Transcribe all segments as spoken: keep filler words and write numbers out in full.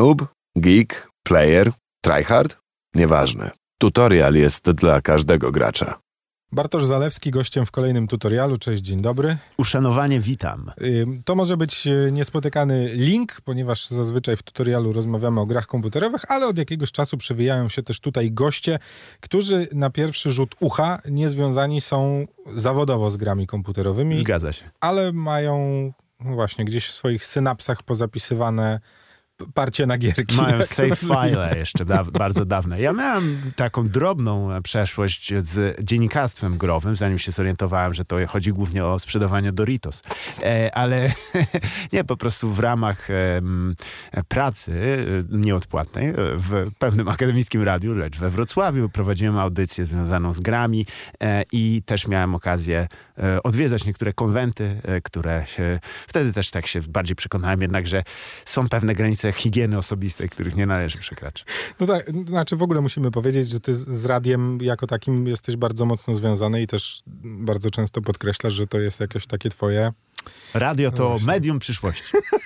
Noob, geek, player, tryhard? Nieważne. Tutorial jest dla każdego gracza. Bartosz Zalewski, gościem w kolejnym tutorialu. Cześć, dzień dobry. Uszanowanie, witam. To może być niespotykany link, ponieważ zazwyczaj w tutorialu rozmawiamy o grach komputerowych, ale od jakiegoś czasu przewijają się też tutaj goście, którzy na pierwszy rzut ucha nie związani są zawodowo z grami komputerowymi. Zgadza się. Ale mają właśnie gdzieś w swoich synapsach pozapisywane parcie na gierki. Mają save file jeszcze da- bardzo dawne. Ja miałem taką drobną przeszłość z dziennikarstwem growym, zanim się zorientowałem, że to chodzi głównie o sprzedawanie Doritos. E, ale nie, po prostu w ramach e, pracy e, nieodpłatnej w pewnym akademickim radiu, lecz we Wrocławiu prowadziłem audycję związaną z grami e, i też miałem okazję e, odwiedzać niektóre konwenty, e, które się, wtedy też tak się bardziej przekonałem jednak, że są pewne granice higieny osobistej, których nie należy przekraczać. No tak, to znaczy w ogóle musimy powiedzieć, że ty z radiem jako takim jesteś bardzo mocno związany i też bardzo często podkreślasz, że to jest jakieś takie twoje... Radio to no medium przyszłości.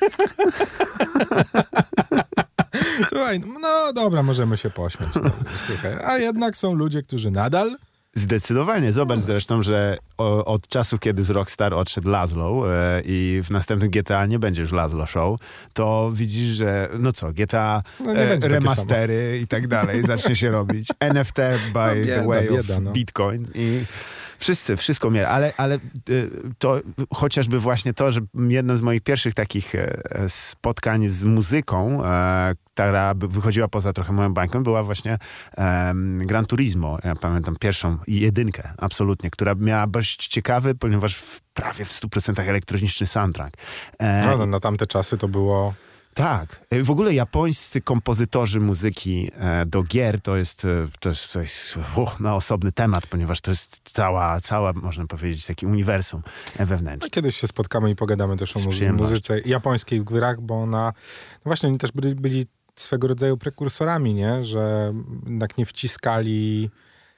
Słuchaj, no dobra, możemy się pośmiać. No, słuchaj, a jednak są ludzie, którzy nadal... Zdecydowanie. Zobacz zresztą, że o, od czasu, kiedy z Rockstar odszedł Laszlo e, i w następnym G T A nie będzie już Laszlo Show, to widzisz, że no co, G T A no e, remastery i tak dalej zacznie się robić. N F T by no bieda, the way bieda, of no. Bitcoin i wszyscy, wszystko mieli. Ale, ale to chociażby właśnie to, że jedno z moich pierwszych takich spotkań z muzyką, która wychodziła poza trochę moją bańką, była właśnie um, Gran Turismo. Ja pamiętam pierwszą i jedynkę, absolutnie, która miała dość ciekawy, ponieważ w, prawie w stu procentach elektroniczny soundtrack. E, no, no, na tamte czasy to było... Tak. W ogóle japońscy kompozytorzy muzyki e, do gier to jest, to jest, to jest uh, na osobny temat, ponieważ to jest cała, cała, można powiedzieć, taki uniwersum wewnętrzny. No, kiedyś się spotkamy i pogadamy też o muzy- muzyce japońskiej w grach, bo ona, no właśnie oni też byli, byli swego rodzaju prekursorami, nie? Że jednak nie wciskali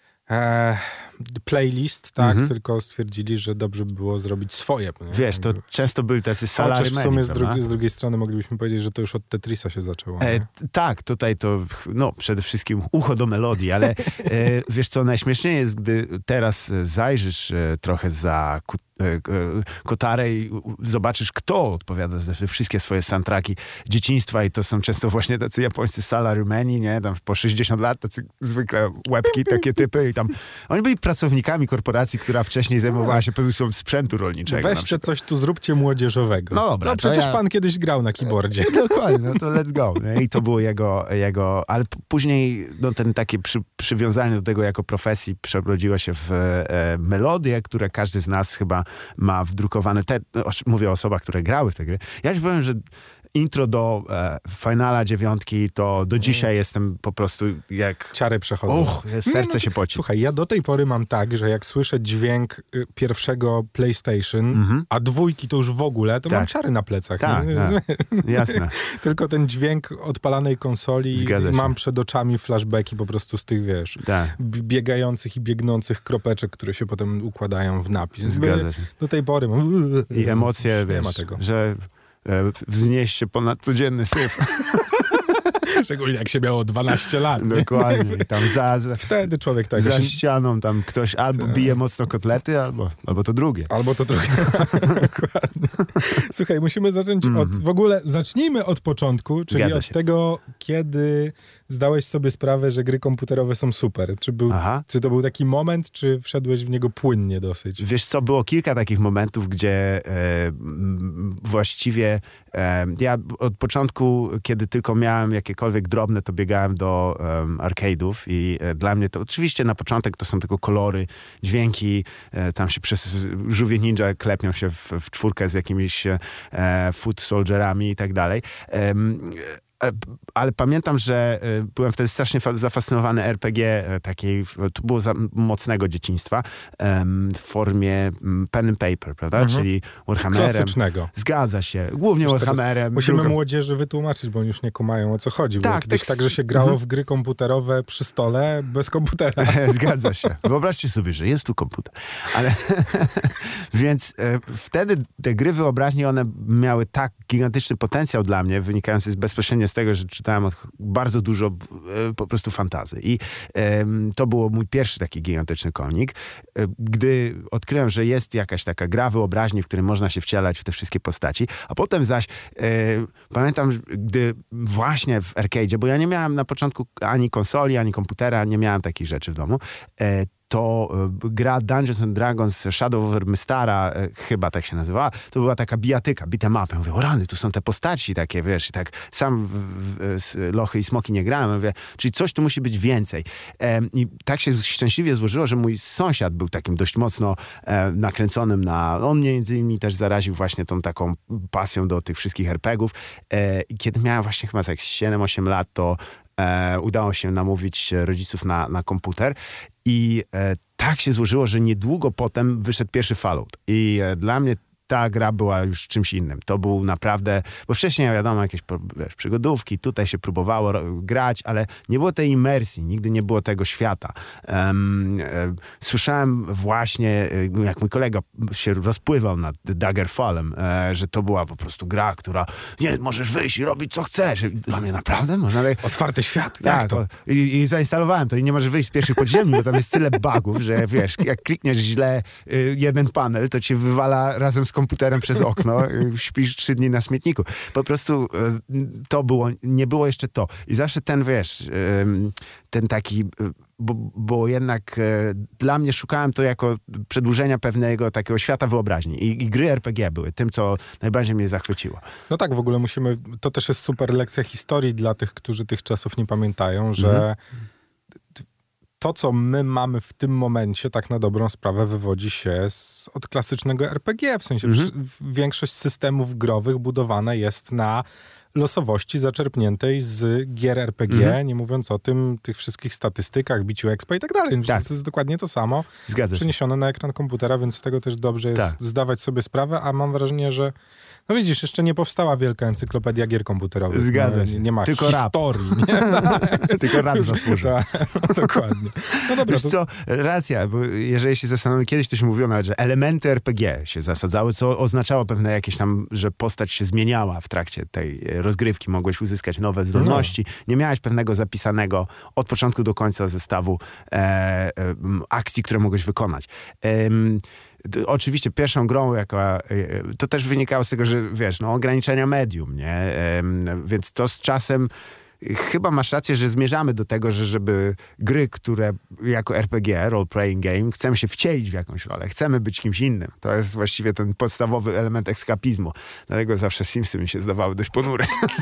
e, playlist, tak? Mhm. Tylko stwierdzili, że dobrze by było zrobić swoje. Nie? Wiesz, to często byli tacy salarymeni. Chociaż w sumie z, drugi, z drugiej strony moglibyśmy powiedzieć, że to już od Tetrisa się zaczęło. E, tak, tutaj to no, przede wszystkim ucho do melodii, ale e, wiesz co, najśmieszniej jest, gdy teraz zajrzysz e, trochę za ku, e, kotarę i zobaczysz, kto odpowiada za wszystkie swoje soundtracki dzieciństwa i to są często właśnie tacy japońscy salarymeni, nie? Tam po sześćdziesiąt lat, tacy zwykle łebki, takie typy i tam oni byli pracownikami korporacji, która wcześniej zajmowała się produkcją sprzętu rolniczego. Weźcie coś tu, zróbcie młodzieżowego. No dobra. No przecież ja... pan kiedyś grał na keyboardzie. Dokładnie, no to let's go. I to było jego, jego ale p- później no, ten takie przy, przywiązanie do tego jako profesji przebrodziło się w e, melodie, które każdy z nas chyba ma wdrukowane. Te, o, mówię o osobach, które grały w te gry. Ja ci powiem, że intro do e, Finala dziewiątki, to do dzisiaj mm. jestem po prostu jak... Ciary przechodzą. Uch, serce no, się poci. Słuchaj, ja do tej pory mam tak, że jak słyszę dźwięk y, pierwszego PlayStation, mm-hmm. a dwójki to już w ogóle, to tak. mam ciary na plecach. Tak, tak. Jasne. Tylko ten dźwięk odpalanej konsoli, mam przed oczami flashbacki po prostu z tych, wiesz, tak. biegających i biegnących kropeczek, które się potem układają w napis. Zgadza się. Do tej pory mam... I emocje, wiesz, ma tego. że wznieść się ponad codzienny syf. Szczególnie jak się miało dwanaście lat. Dokładnie. I tam za, za, Wtedy człowiek tak... Za się... ścianą tam ktoś albo to... bije mocno kotlety, albo, albo to drugie. Albo to drugie. Dokładnie. Słuchaj, musimy zacząć mm-hmm. od... W ogóle zacznijmy od początku, czyli Zgadza od się. tego, kiedy zdałeś sobie sprawę, że gry komputerowe są super. Czy, był, czy to był taki moment, czy wszedłeś w niego płynnie dosyć? Wiesz co, było kilka takich momentów, gdzie e, właściwie e, ja od początku, kiedy tylko miałem jakiekolwiek drobne, to biegałem do um, arcade'ów i e, dla mnie to oczywiście na początek to są tylko kolory, dźwięki, e, tam się przez żółwie ninja klepią się w, w czwórkę z jakimiś e, foot soldierami i tak dalej. E, ale pamiętam, że byłem wtedy strasznie zafascynowany R P G takiej, to było za mocnego dzieciństwa, w formie pen and paper, prawda? Mhm. Czyli Warhammerem. Klasycznego. Zgadza się. Głównie już Warhammerem. Musimy drugą... młodzieży wytłumaczyć, bo oni już nie kumają, o co chodzi. Tak, tak, tak, że się grało mhm. w gry komputerowe przy stole, bez komputera. Zgadza się. Wyobraźcie sobie, że jest tu komputer. Ale więc e, wtedy te gry wyobraźni, one miały tak gigantyczny potencjał dla mnie, wynikający z bezpośrednio głównie z tego, że czytałem od bardzo dużo e, po prostu fantasy. I e, to było mój pierwszy taki gigantyczny konik. E, gdy odkryłem, że jest jakaś taka gra wyobraźni, w której można się wcielać w te wszystkie postaci, a potem zaś e, pamiętam, gdy właśnie w arcade'zie, bo ja nie miałem na początku ani konsoli, ani komputera, nie miałem takich rzeczy w domu, e, to y, gra Dungeons and Dragons Shadow over Mystara, y, chyba tak się nazywała, to była taka bijatyka, beat'em up. Ja mówię, o rany, tu są te postaci takie, wiesz, i tak sam w, w, w Lochy i Smoki nie grałem. Mówię, czyli coś tu musi być więcej. E, I tak się szczęśliwie złożyło, że mój sąsiad był takim dość mocno e, nakręconym na... On między innymi też zaraził właśnie tą taką pasją do tych wszystkich er pe gie ów. E, I kiedy miałem właśnie chyba tak siedem osiem lat, to e, udało się namówić rodziców na, na komputer. I e, tak się złożyło, że niedługo potem wyszedł pierwszy Fallout. I e, dla mnie ta gra była już czymś innym. To był naprawdę... Bo wcześniej, wiadomo, jakieś wiesz, przygodówki, tutaj się próbowało grać, ale nie było tej imersji, nigdy nie było tego świata. Um, e, słyszałem właśnie, jak mój kolega się rozpływał nad Daggerfallem, e, że to była po prostu gra, która nie, możesz wyjść i robić co chcesz. Dla mnie naprawdę można... Otwarty świat, jak tak, to? I, I zainstalowałem to i nie możesz wyjść z pierwszych podziemi, bo tam jest tyle bugów, że wiesz, jak klikniesz źle y, jeden panel, to cię wywala razem z komputerem przez okno, śpisz trzy dni na śmietniku. Po prostu to było, nie było jeszcze to. I zawsze ten, wiesz, ten taki, bo, bo jednak dla mnie szukałem to jako przedłużenia pewnego takiego świata wyobraźni. I, i gry er pe gie były tym, co najbardziej mnie zachwyciło. No tak, w ogóle musimy, to też jest super lekcja historii dla tych, którzy tych czasów nie pamiętają, że mhm. to, co my mamy w tym momencie, tak na dobrą sprawę, wywodzi się z, od klasycznego er pe gie. W sensie mm-hmm. w, większość systemów growych budowana jest na losowości zaczerpniętej z gier er pe gie, mm-hmm. nie mówiąc o tym, tych wszystkich statystykach, biciu expa i tak dalej. Tak. To jest dokładnie to samo. Zgadza się. Przeniesione na ekran komputera, więc z tego też dobrze jest tak. zdawać sobie sprawę, a mam wrażenie, że no widzisz, jeszcze nie powstała wielka encyklopedia gier komputerowych. Zgadza no, się. Nie ma Tylko historii. Nie? Tylko rap zasłużył. Tak, dokładnie. No dobra, Wiesz to... co, racja, bo jeżeli się zastanowimy, kiedyś to się mówiło nawet, że elementy er pe gie się zasadzały, co oznaczało pewne jakieś tam, że postać się zmieniała w trakcie tej rozgrywki. Mogłeś uzyskać nowe zdolności. No. Nie miałeś pewnego zapisanego od początku do końca zestawu e, e, akcji, które mogłeś wykonać. E, Oczywiście pierwszą grą, jaka, to też wynikało z tego, że wiesz, no ograniczenia medium, nie? Więc to z czasem chyba masz rację, że zmierzamy do tego, że żeby gry, które jako er pe gie, role playing game, chcemy się wcielić w jakąś rolę, chcemy być kimś innym. To jest właściwie ten podstawowy element ekskapizmu. Dlatego zawsze Simsy mi się zdawały dość ponure.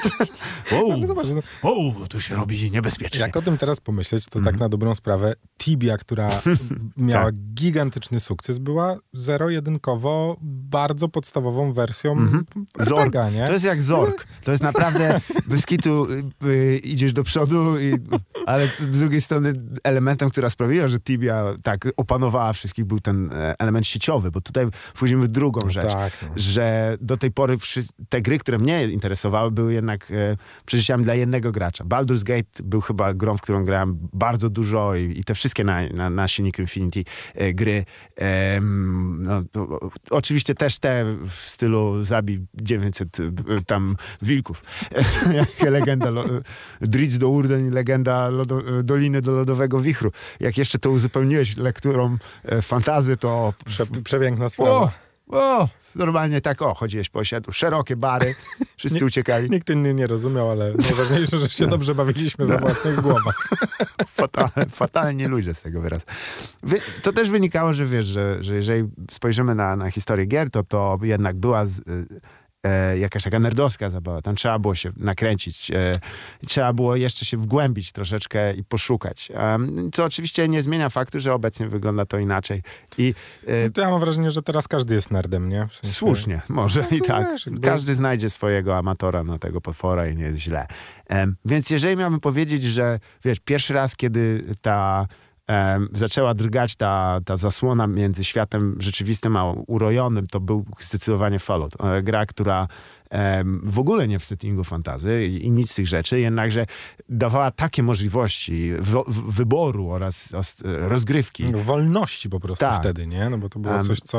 Wow, no, zobacz, no. wow, tu się robi niebezpiecznie. Jak o tym teraz pomyśleć, to mm. tak na dobrą sprawę Tibia, która miała tak. gigantyczny sukces, była zero-jedynkowo bardzo podstawową wersją mm-hmm. er pe gie, nie? To jest jak Zork. To jest naprawdę bez kitu y, idziesz do przodu, i, ale z drugiej strony elementem, która sprawiła, że Tibia tak opanowała wszystkich, był ten element sieciowy, bo tutaj wchodzimy w drugą no rzecz, tak, no. że do tej pory wszy- te gry, które mnie interesowały, były jednak e, przeżyciami dla jednego gracza. Baldur's Gate był chyba grą, w którą grałem bardzo dużo i, i te wszystkie na, na, na silniku Infinity e, gry. E, no, to, oczywiście też te w stylu zabij dziewięćset e, tam wilków. Jak legenda lo, Dritz do Urden i legenda lodo, Doliny do Lodowego Wichru. Jak jeszcze to uzupełniłeś lekturą e, fantazy, to... Prze, przepiękna sprawa. O, o, normalnie tak, o, chodziłeś po osiedlu, szerokie bary, wszyscy Nikt, uciekali. Nikt inny nie rozumiał, ale najważniejsze, że się dobrze bawiliśmy we własnych głowach. Fatalnie, fatalnie ludzie z tego wyraz. Wy, to też wynikało, że wiesz, że, że jeżeli spojrzymy na, na historię gier, to to jednak była... Z, E, jakaś taka nerdowska zabawa. Tam trzeba było się nakręcić. E, trzeba było jeszcze się wgłębić troszeczkę i poszukać. E, co oczywiście nie zmienia faktu, że obecnie wygląda to inaczej. I, e, to ja mam wrażenie, że teraz każdy jest nerdem, nie? W sensie... Słusznie, może no, i tak. Wiesz, każdy bo... znajdzie swojego amatora na tego potwora i nie jest źle. E, więc jeżeli miałbym powiedzieć, że wiesz, pierwszy raz, kiedy ta Um, zaczęła drgać ta, ta zasłona między światem rzeczywistym a urojonym, to był zdecydowanie Fallout. Gra, która um, w ogóle nie w settingu fantasy i, i nic z tych rzeczy, jednakże dawała takie możliwości w, w, wyboru oraz os, rozgrywki. Wolności po prostu tak. wtedy, nie? No bo to było um, coś, co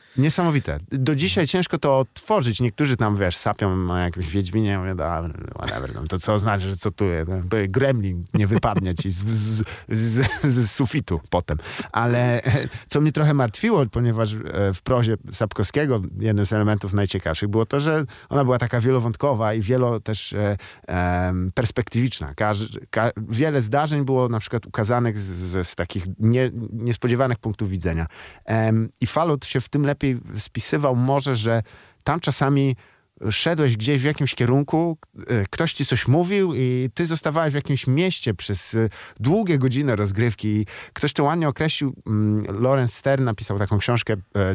Niesamowite. Do dzisiaj ciężko to odtworzyć. Niektórzy tam, wiesz, sapią na jakimś Wiedźminie, mówię, whatever, no to co znaczy, że co tu jest? Gremlin nie wypadnie ci z, z, z, z sufitu potem. Ale co mnie trochę martwiło, ponieważ w prozie Sapkowskiego jednym z elementów najciekawszych było to, że ona była taka wielowątkowa i wielo też e, e, perspektywiczna. Każ, ka, wiele zdarzeń było na przykład ukazanych z, z, z takich nie, niespodziewanych punktów widzenia. E, I Fallout się w tym lepiej spisywał może, że tam czasami szedłeś gdzieś w jakimś kierunku, ktoś ci coś mówił i ty zostawałeś w jakimś mieście przez długie godziny rozgrywki i ktoś to ładnie określił. Lawrence Stern napisał taką książkę,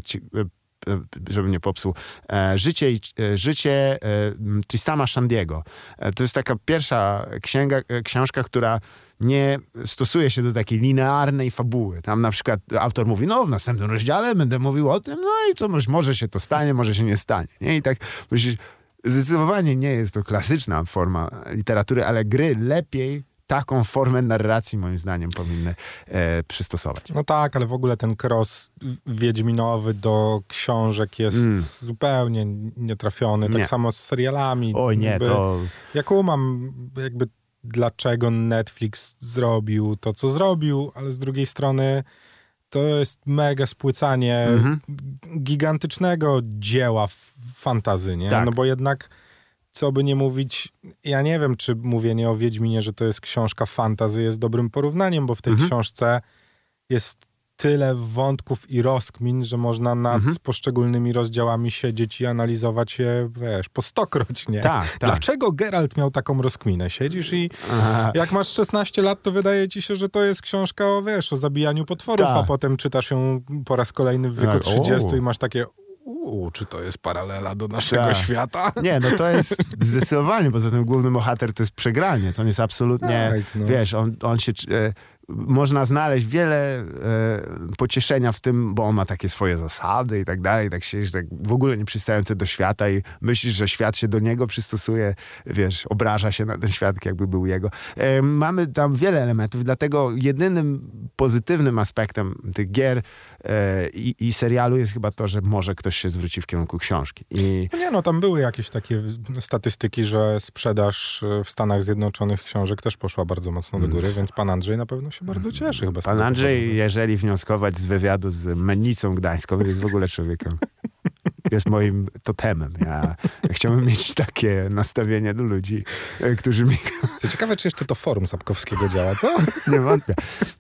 żeby nie popsuł, Życie, życie Tristana Shandiego. To jest taka pierwsza księga, książka, która nie stosuje się do takiej linearnej fabuły. Tam na przykład autor mówi, no w następnym rozdziale będę mówił o tym, no i co, może się to stanie, może się nie stanie. Nie? I tak myślisz, zdecydowanie nie jest to klasyczna forma literatury, ale gry lepiej taką formę narracji, moim zdaniem, powinny e, przystosować. No tak, ale w ogóle ten cross wiedźminowy do książek jest mm. zupełnie nietrafiony. Tak nie. samo z serialami. Oj nie, jakby, to... Ja kumam jakby dlaczego Netflix zrobił to, co zrobił, ale z drugiej strony to jest mega spłycanie mm-hmm. gigantycznego dzieła fantasy, nie? Tak. No bo jednak, co by nie mówić, ja nie wiem, czy mówienie o Wiedźminie, że to jest książka fantasy jest dobrym porównaniem, bo w tej mm-hmm. książce jest tyle wątków i rozkmin, że można nad mhm. poszczególnymi rozdziałami siedzieć i analizować je, wiesz, po stokroć, nie? Tak, tak. Dlaczego Geralt miał taką rozkminę? Siedzisz i Aha. jak masz szesnaście lat, to wydaje ci się, że to jest książka o, wiesz, o zabijaniu potworów, tak. a potem czytasz ją po raz kolejny w wieku tak. trzydziestu i masz takie... Uuu, czy to jest paralela do naszego tak. świata? Nie, no to jest zdecydowanie, poza tym główny bohater to jest przegraniec. On jest absolutnie, tak, no. wiesz, on, on się... E, można znaleźć wiele e, pocieszenia w tym, bo on ma takie swoje zasady i tak dalej, tak siedzisz tak w ogóle nie przystający do świata i myślisz, że świat się do niego przystosuje, wiesz, obraża się na ten świat, jakby był jego. E, mamy tam wiele elementów, dlatego jedynym pozytywnym aspektem tych gier e, i, i serialu jest chyba to, że może ktoś się zwróci w kierunku książki. I... No nie, no tam były jakieś takie statystyki, że sprzedaż w Stanach Zjednoczonych książek też poszła bardzo mocno do góry, mm. więc pan Andrzej na pewno się bardzo cieszy chyba. Pan Andrzej, powodu. jeżeli wnioskować z wywiadu z Mennicą Gdańską, jest w ogóle człowiekiem. Jest moim totemem. Ja, ja chciałbym mieć takie nastawienie do ludzi, którzy mi... To ciekawe, czy jeszcze to forum Sapkowskiego działa, co? Nie wątpię.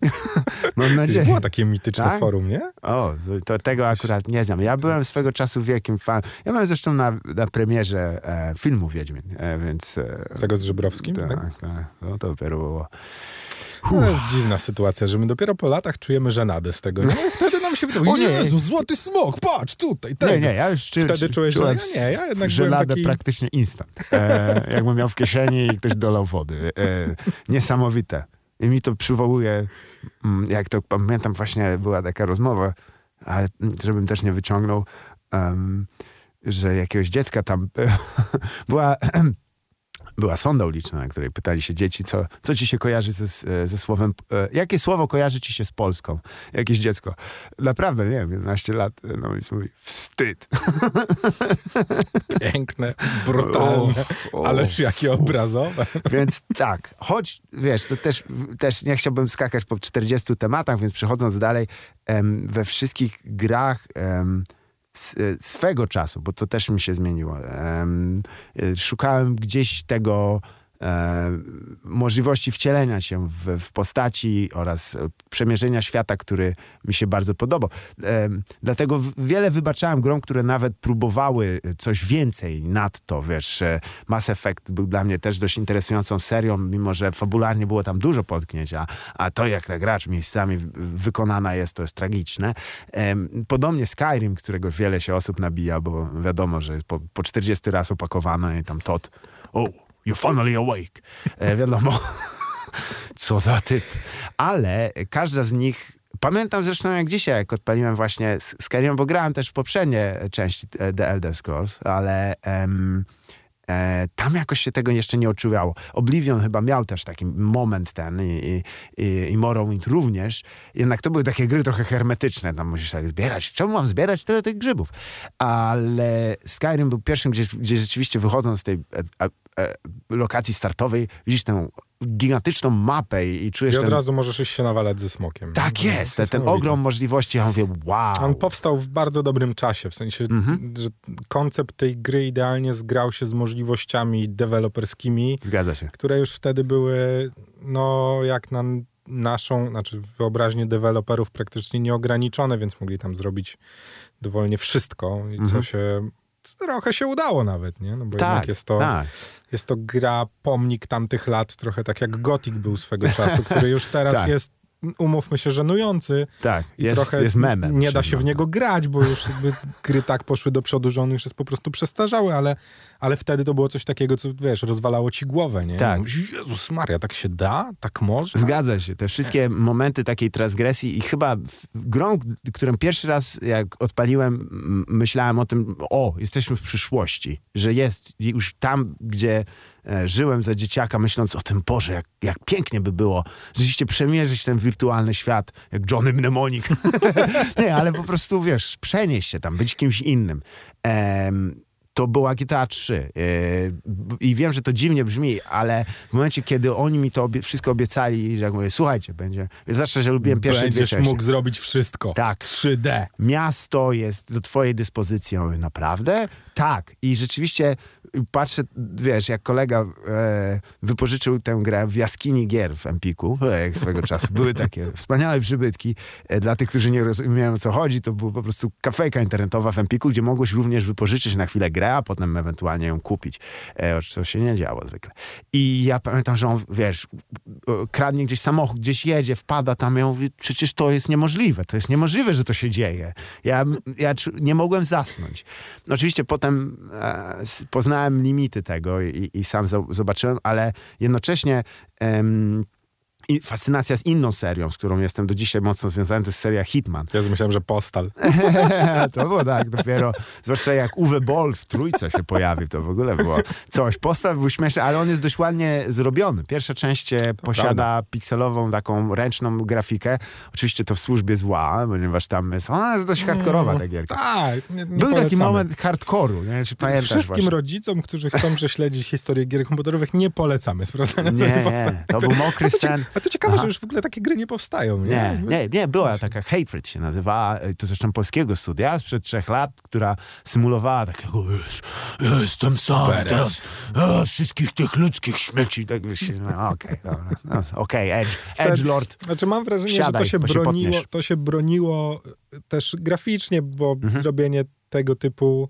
Mam nadzieję. Było takie mityczne tak? forum, nie? O, to tego akurat nie znam. Ja byłem swego czasu wielkim fanem. Ja byłem zresztą na, na premierze e, filmu Wiedźmin, e, więc... E, tego z Żebrowskim? Tak, tak. tak. No, to dopiero było... To jest dziwna sytuacja, że my dopiero po latach czujemy żenadę z tego. Nie? Wtedy nam się wydaje, o Jezu, złoty smok, patrz tutaj, tego. Nie, nie, ja już czy, Wtedy czułeś, że ja nie, ja jednak żenadę taki... praktycznie instant. E, jakbym miał w kieszeni i ktoś dolał wody. E, niesamowite. I mi to przywołuje, jak to pamiętam, właśnie była taka rozmowa, ale żebym też nie wyciągnął, um, że jakiegoś dziecka tam była... Była sonda uliczna, na której pytali się dzieci, co, co ci się kojarzy ze, ze słowem... E, jakie słowo kojarzy ci się z Polską? Jakieś dziecko. Naprawdę, nie wiem, jedenaście lat na ulicy mówi wstyd. Piękne, brutalne, o, o, ależ jakie obrazowe. Więc tak, choć, wiesz, to też, też nie chciałbym skakać po czterdziestu tematach, więc przechodząc dalej, em, we wszystkich grach... Em, swego czasu, bo to też mi się zmieniło. Szukałem gdzieś tego e, możliwości wcielenia się w, w postaci oraz przemierzenia świata, który mi się bardzo podobał. E, dlatego wiele wybaczałem grom, które nawet próbowały coś więcej nadto, wiesz. Mass Effect był dla mnie też dość interesującą serią, mimo że fabularnie było tam dużo potknięć, a, a to jak ta gracz miejscami wykonana jest, to jest tragiczne. E, podobnie Skyrim, którego wiele się osób nabija, bo wiadomo, że po, po czterdziesty raz opakowane i tam Todd, o, you finally awake. E, wiadomo, co za typ. Ale każda z nich, pamiętam zresztą jak dzisiaj, jak odpaliłem właśnie Skyrim, bo grałem też w poprzednie części The Elder Scrolls, ale um, E, tam jakoś się tego jeszcze nie odczuwało. Oblivion chyba miał też taki moment ten i, i, i Morrowind również. Jednak to były takie gry trochę hermetyczne. Tam musisz tak zbierać. Czemu mam zbierać tyle tych grzybów? Ale Skyrim był pierwszym, gdzie, gdzie rzeczywiście wychodząc z tej e, e, lokacji startowej, widzisz tę gigantyczną mapę i, i czujesz... I od ten... razu możesz iść się nawalać ze smokiem. Tak no, jest, ten, ten ogrom możliwości. Ja mówię, wow. On powstał w bardzo dobrym czasie, w sensie, mhm. że koncept tej gry idealnie zgrał się z możliwościami deweloperskimi. Zgadza się. Które już wtedy były, no jak na naszą, znaczy wyobraźnię deweloperów praktycznie nieograniczone, więc mogli tam zrobić dowolnie wszystko i mhm. co się... Trochę się udało nawet, nie? No bo tak, jednak jest to, tak. jest to gra, pomnik tamtych lat, trochę tak jak Gothic był swego czasu, który już teraz tak. jest, umówmy się, żenujący. Tak, jest, trochę jest memem. Nie da się w niego grać, bo już jakby gry tak poszły do przodu, że on już jest po prostu przestarzały, ale, ale wtedy to było coś takiego, co wiesz, rozwalało ci głowę, nie? Tak. Jezus Maria, tak się da? Tak można? Zgadza się. Te wszystkie momenty takiej transgresji i chyba grą, którą pierwszy raz jak odpaliłem, myślałem o tym, o, jesteśmy w przyszłości, że jest już tam, gdzie e, żyłem za dzieciaka, myśląc o tym, Boże, jak, jak pięknie by było rzeczywiście przemierzyć ten wirtualny świat, jak Johnny Mnemonic. Nie, ale po prostu, wiesz, przenieść się tam, być kimś innym. Ehm, To była G T A trzy. Yy, I wiem, że to dziwnie brzmi, ale w momencie, kiedy oni mi to obie- wszystko obiecali, że jak mówię, słuchajcie, będzie... Zawsze, że lubiłem pierwsze Będziesz dwie części. mógł zrobić wszystko. Tak. trzy D. Miasto jest do twojej dyspozycji. Ja mówię, naprawdę? Tak. I rzeczywiście patrzę, wiesz, jak kolega e, wypożyczył tę grę w jaskini gier w Empiku, jak swego czasu. Były takie wspaniałe przybytki. E, dla tych, którzy nie rozumieją, o co chodzi, to była po prostu kafejka internetowa w Empiku, gdzie mogłeś również wypożyczyć na chwilę grę, a potem ewentualnie ją kupić. E, co się nie działo zwykle. I ja pamiętam, że on, wiesz, kradnie gdzieś samochód, gdzieś jedzie, wpada tam, ja mówię, przecież to jest niemożliwe, to jest niemożliwe, że to się dzieje. Ja, ja nie mogłem zasnąć. Oczywiście potem e, poznałem limity tego i, i sam zobaczyłem, ale jednocześnie em, i fascynacja z inną serią, z którą jestem do dzisiaj mocno związany, to jest seria Hitman. Ja myślałem, że Postal. To było tak, dopiero, zwłaszcza jak Uwe Boll w Trójce się pojawił, to w ogóle było coś. Postal był śmieszny, ale on jest dość ładnie zrobiony. Pierwsza część posiada prawda. pikselową, taką ręczną grafikę. Oczywiście to w służbie zła, ponieważ tam jest, ona jest dość hardkorowa ta gierka. Tak, nie, nie Był polecamy. taki moment hardkoru, nie wiem, czy pamiętasz Wszystkim właśnie. rodzicom, którzy chcą prześledzić historię gier komputerowych, nie polecamy sprawdzania nie, sobie nie, to był mokry sen. A to ciekawe, Aha. że już w ogóle takie gry nie powstają. Nie, nie, nie, nie była taka Hatred się nazywała, to zresztą polskiego studia sprzed trzech lat, która symulowała takiego, wiesz, jestem sam Beres. teraz, a, wszystkich tych ludzkich śmieci. Tak myślę, no okej, okay, no, okej, okay, Edge, Edgelord. Znaczy mam wrażenie, Siadaj, że to się, broniło, się to się broniło też graficznie, bo mhm. zrobienie tego typu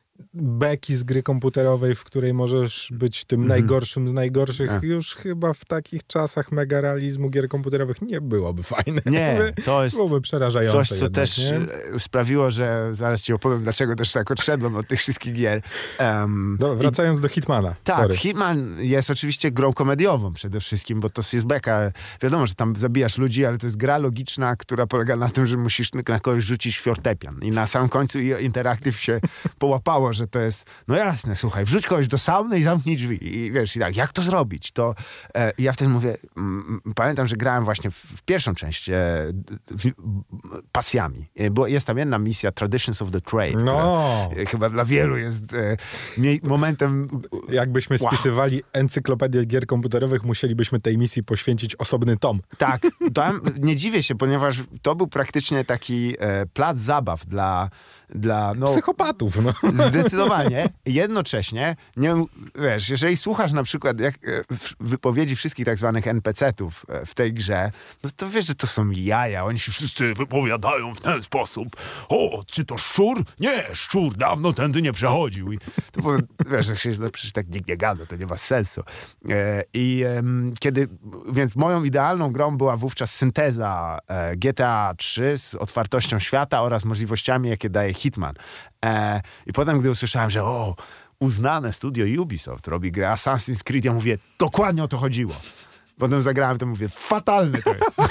beki z gry komputerowej, w której możesz być tym mm. najgorszym z najgorszych, A. już chyba w takich czasach mega realizmu gier komputerowych nie byłoby fajne. Nie, to jest byłoby przerażające coś, co jednak, też nie? sprawiło, że zaraz ci opowiem, dlaczego też tak odszedłem od tych wszystkich gier. Um, no, wracając i, do Hitmana. Tak, Sorry. Hitman jest oczywiście grą komediową przede wszystkim, bo to jest beka. Wiadomo, że tam zabijasz ludzi, ale to jest gra logiczna, która polega na tym, że musisz na kogoś rzucić fortepian. I na samym końcu Interactive się połapało, że to jest, no jasne, słuchaj, wrzuć kogoś do sauny i zamknij drzwi. I wiesz, i tak, jak to zrobić? To e, ja wtedy mówię, m, pamiętam, że grałem właśnie w, w pierwszą część e, w, pasjami. E, bo jest tam jedna misja, Traditions of the Trade, no. która e, chyba dla wielu jest e, mie- momentem... Jakbyśmy wow. spisywali encyklopedię gier komputerowych, musielibyśmy tej misji poświęcić osobny tom. Tak, tam nie dziwię się, ponieważ to był praktycznie taki e, plac zabaw dla Dla, no, psychopatów. No. Zdecydowanie. Jednocześnie, nie, wiesz, jeżeli słuchasz na przykład jak, wypowiedzi wszystkich tak zwanych en pe ce ów w tej grze, no to wiesz, że to są jaja. Oni się wszyscy wypowiadają w ten sposób. O, czy to szczur? Nie, szczur dawno tędy nie przechodził. I to było, wiesz, że się, no, przecież tak nikt nie gada, to nie ma sensu. E, I e, kiedy, więc moją idealną grą była wówczas synteza e, G T A trzy z otwartością świata oraz możliwościami, jakie daje Hitman. E, I potem, gdy usłyszałem, że o, uznane studio Ubisoft robi grę Assassin's Creed, ja mówię, dokładnie o to chodziło. Potem zagrałem, to mówię, fatalne to jest.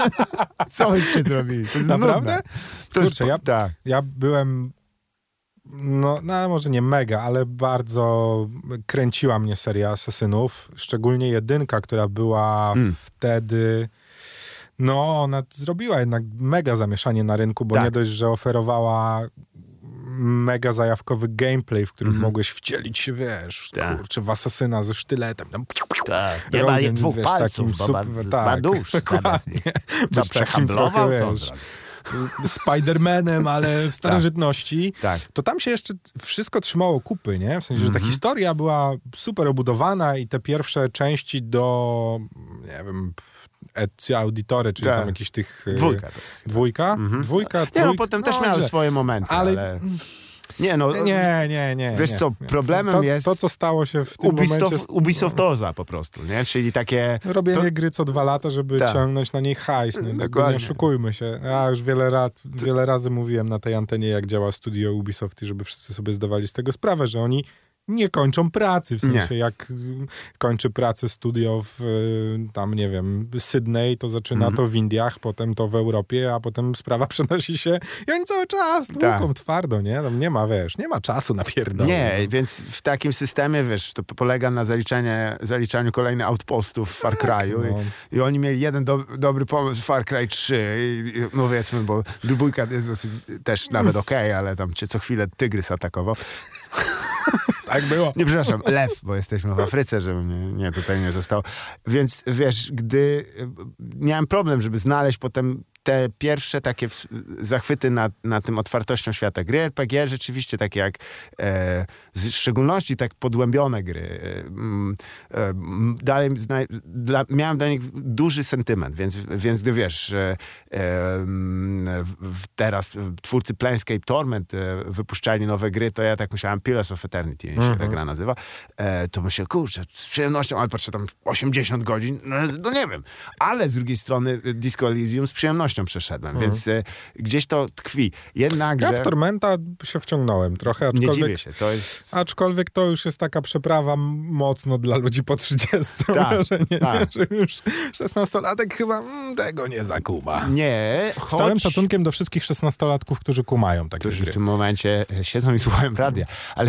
Co byście zrobili? To jest naprawdę? To Kurczę, jest, ja, tak. ja byłem no, no może nie mega, ale bardzo kręciła mnie seria Asesynów. Szczególnie jedynka, która była mm. wtedy... No, ona zrobiła jednak mega zamieszanie na rynku, bo tak. nie dość, że oferowała mega zajawkowy gameplay, w którym mm-hmm. mogłeś wcielić się, wiesz, tak. kurczę, w asasyna ze sztyletem. Tam, piu, piu, tak. Nie ma dwóch wiesz, palców, bo ma, super, tak, ma dusz. Co, przehandlował? Trochę, co wiesz, Spider-Manem, ale w starożytności, tak. to tam się jeszcze wszystko trzymało kupy, nie? W sensie, że ta mm-hmm. historia była super obudowana i te pierwsze części do, nie wiem, Ezio Auditore, czyli tak. tam jakiś tych... Dwójka to jest. Dwójka? Mm-hmm. Dwójka, nie, trójka, no potem no, też miały że, swoje momenty, ale... ale... Nie, no... Nie, nie, nie. Wiesz nie, co, nie. problemem to, jest... To, co stało się w tym Ubisoft, momencie... Ubisoftoza po prostu, nie? Czyli takie... Robienie to... gry co dwa lata, żeby tak. ciągnąć na niej hajs. No, nie oszukujmy się. Ja już wiele, rat, wiele razy mówiłem na tej antenie, jak działa studio Ubisoft i żeby wszyscy sobie zdawali z tego sprawę, że oni nie kończą pracy, w sensie nie. jak kończy pracę studio w tam, nie wiem, Sydney, to zaczyna mm. to w Indiach, potem to w Europie, a potem sprawa przenosi się i oni cały czas tłuką tak. twardo, nie? Tam nie ma, wiesz, nie ma czasu na pierdolę. Nie, no. więc w takim systemie, wiesz, to polega na zaliczenie, zaliczaniu kolejnych outpostów w Far Cry'u no. i, i oni mieli jeden do, dobry pomysł, Far Cry trzy, i, i, no wiedzmy, bo dwójka jest dosyć, też nawet okej, okay, ale tam cię co chwilę tygrys atakował. Tak było. Nie, przepraszam, lew, bo jesteśmy w Afryce, żeby mnie nie, tutaj nie zostało. Więc wiesz, gdy miałem problem, żeby znaleźć potem te pierwsze takie w, zachwyty nad, nad tym otwartością świata. Gry R P G rzeczywiście takie jak e, w szczególności tak podłębione gry. E, e, dalej zna, dla, miałem do nich duży sentyment, więc, więc gdy wiesz, e, e, w, teraz twórcy Planescape Torment e, wypuszczali nowe gry, to ja tak myślałem, Pillars of Eternity, jak się ta gra nazywa, e, to myślę, kurczę, z przyjemnością, ale patrzę tam osiemdziesiąt godzin, no, no nie wiem. Ale z drugiej strony Disco Elysium z przyjemnością przeszedłem, mhm. więc y, gdzieś to tkwi. Jednakże... Ja w Tormenta się wciągnąłem trochę, aczkolwiek... Nie dziwię się, to jest... Aczkolwiek to już jest taka przeprawa mocno dla ludzi po trzydziestce. Tak, wrażenie, tak. Nie, że już szesnastolatek chyba mm, tego nie zakuma. Nie, choć... Z całym szacunkiem do wszystkich szesnastolatków, którzy kumają takie którzy gry. w tym momencie siedzą i słuchają radia, ale...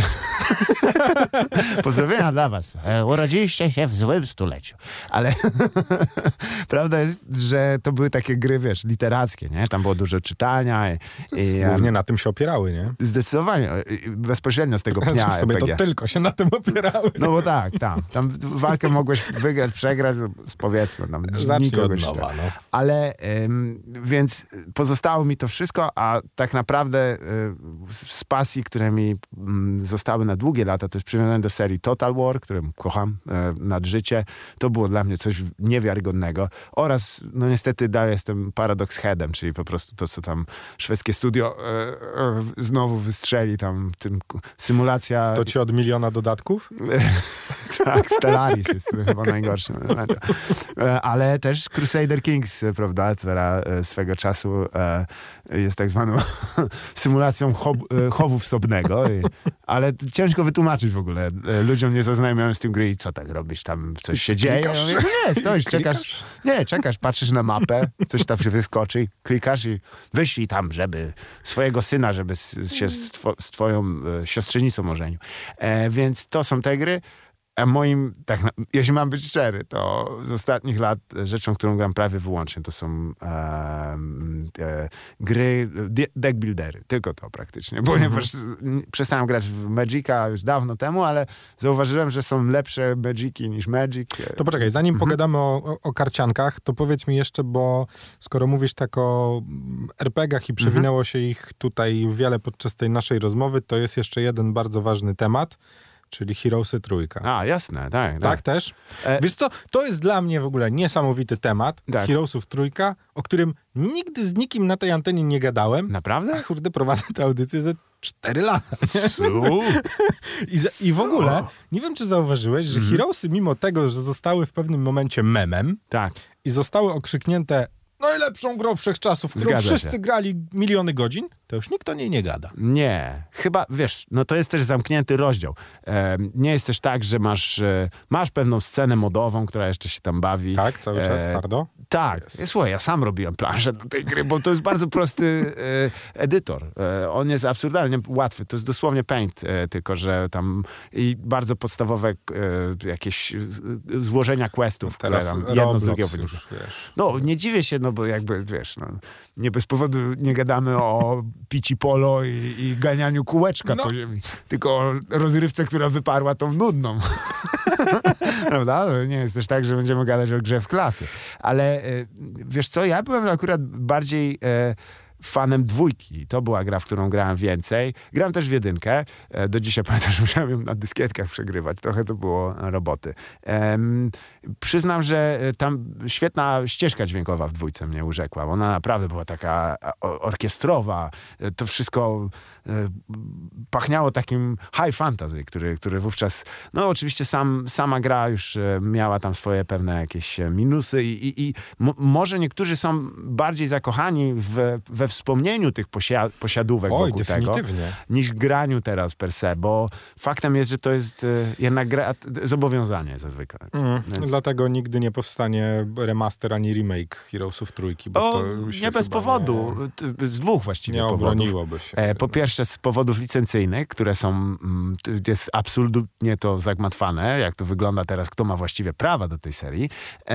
Pozdrowienia dla was. Urodziliście się w złym stuleciu. Ale prawda jest, że to były takie gry, wiesz, literackie, nie? Tam było dużo czytania. I, i, Głównie na tym się opierały, nie? Zdecydowanie. Bezpośrednio z tego pnia w sobie R P G. to tylko się na tym opierały. No bo tak, tam. Tam walkę mogłeś wygrać, przegrać, powiedzmy. Tam Zacznij od nowa, no. Ale ym, więc pozostało mi to wszystko, a tak naprawdę y, z pasji, które mi y, zostały na długie lata, to jest przywiązane do serii Total War, którą kocham y, nad życie. To było dla mnie coś niewiarygodnego. Oraz, no niestety dalej jestem Paradox Headem, czyli po prostu to, co tam szwedzkie studio y, y, znowu wystrzeli, tam tym, symulacja... To ci od miliona dodatków? Tak, Stellaris jest chyba najgorszym. Ale też Crusader Kings, prawda, która swego czasu jest tak zwaną symulacją chow, chowu wsobnego. Ale ciężko wytłumaczyć w ogóle. Ludziom nie zaznajomionym z tym gry i co tak robisz, tam coś się dzieje. Ja mówię, nie, stoisz, czekasz, nie, czekasz, patrzysz na mapę, coś tam się wyskoczy, klikasz i wyślij tam, żeby swojego syna, żeby się z, two, z twoją siostrzenicą ożenił. E, więc to są te gry. A moim, tak, jeśli mam być szczery, to z ostatnich lat rzeczą, którą gram prawie wyłącznie, to są e, e, gry, deck buildery. Tylko to praktycznie. Ponieważ mm-hmm. przestałem grać w Magica już dawno temu, ale zauważyłem, że są lepsze Magiki niż Magic. To poczekaj, zanim mm-hmm. pogadamy o, o, o karciankach, to powiedz mi jeszcze, bo skoro mówisz tak o er pe gach i przewinęło mm-hmm. się ich tutaj wiele podczas tej naszej rozmowy, to jest jeszcze jeden bardzo ważny temat, czyli Heroesy trójka. A, jasne, tak. Tak, tak też? E... Wiesz co, to jest dla mnie w ogóle niesamowity temat, tak. Heroesów trójka, o którym nigdy z nikim na tej antenie nie gadałem. Naprawdę? A kurde, prowadzę tę audycję ze cztery lata. I, za, I w ogóle, nie wiem, czy zauważyłeś, że mm. Heroesy, mimo tego, że zostały w pewnym momencie memem tak. i zostały okrzyknięte najlepszą grą wszechczasów, którą Zgadza wszyscy się. grali miliony godzin, to już nikt o niej nie gada. Nie. Chyba, wiesz, no to jest też zamknięty rozdział. E, nie jest też tak, że masz, e, masz pewną scenę modową, która jeszcze się tam bawi. Tak? Cały czas e, twardo? Tak. Yes. Słuchaj, ja sam robiłem planszę do tej gry, bo to jest bardzo prosty e, edytor. E, on jest absurdalnie łatwy. To jest dosłownie Paint, e, tylko że tam i bardzo podstawowe e, jakieś złożenia questów, które tam jedno z drugiego wynika. No, nie dziwię się, no bo jakby, wiesz, no, nie bez powodu nie gadamy o pici polo i, i ganianiu kółeczka no. po ziemi, tylko o rozrywce, która wyparła tą nudną. Prawda? Nie jest też tak, że będziemy gadać o grze w klasy. Ale e, wiesz co, ja byłem akurat bardziej e, fanem dwójki. To była gra, w którą grałem więcej. Grałem też w jedynkę. E, do dzisiaj pamiętam, że musiałem ją na dyskietkach przegrywać. Trochę to było roboty. E, przyznam, że tam świetna ścieżka dźwiękowa w dwójce mnie urzekła. Ona naprawdę była taka orkiestrowa. To wszystko e, pachniało takim high fantasy, który, który wówczas, no oczywiście sam, sama gra już miała tam swoje pewne jakieś minusy i, i, i mo, może niektórzy są bardziej zakochani w, we wspomnieniu tych posia, posiadówek Oj, wokół tego, niż graniu teraz per se, bo faktem jest, że to jest jednak gra, zobowiązanie zazwykle. Mm, Więc... Dlatego nigdy nie powstanie remaster ani remake Heroesów trójki. Bo o, to nie bez powodu. Nie, z dwóch właściwie nie powodów. obroniłoby się. E, po pierwsze z powodów licencyjnych, które są, jest absolutnie to zagmatwane, jak to wygląda teraz, kto ma właściwie prawa do tej serii,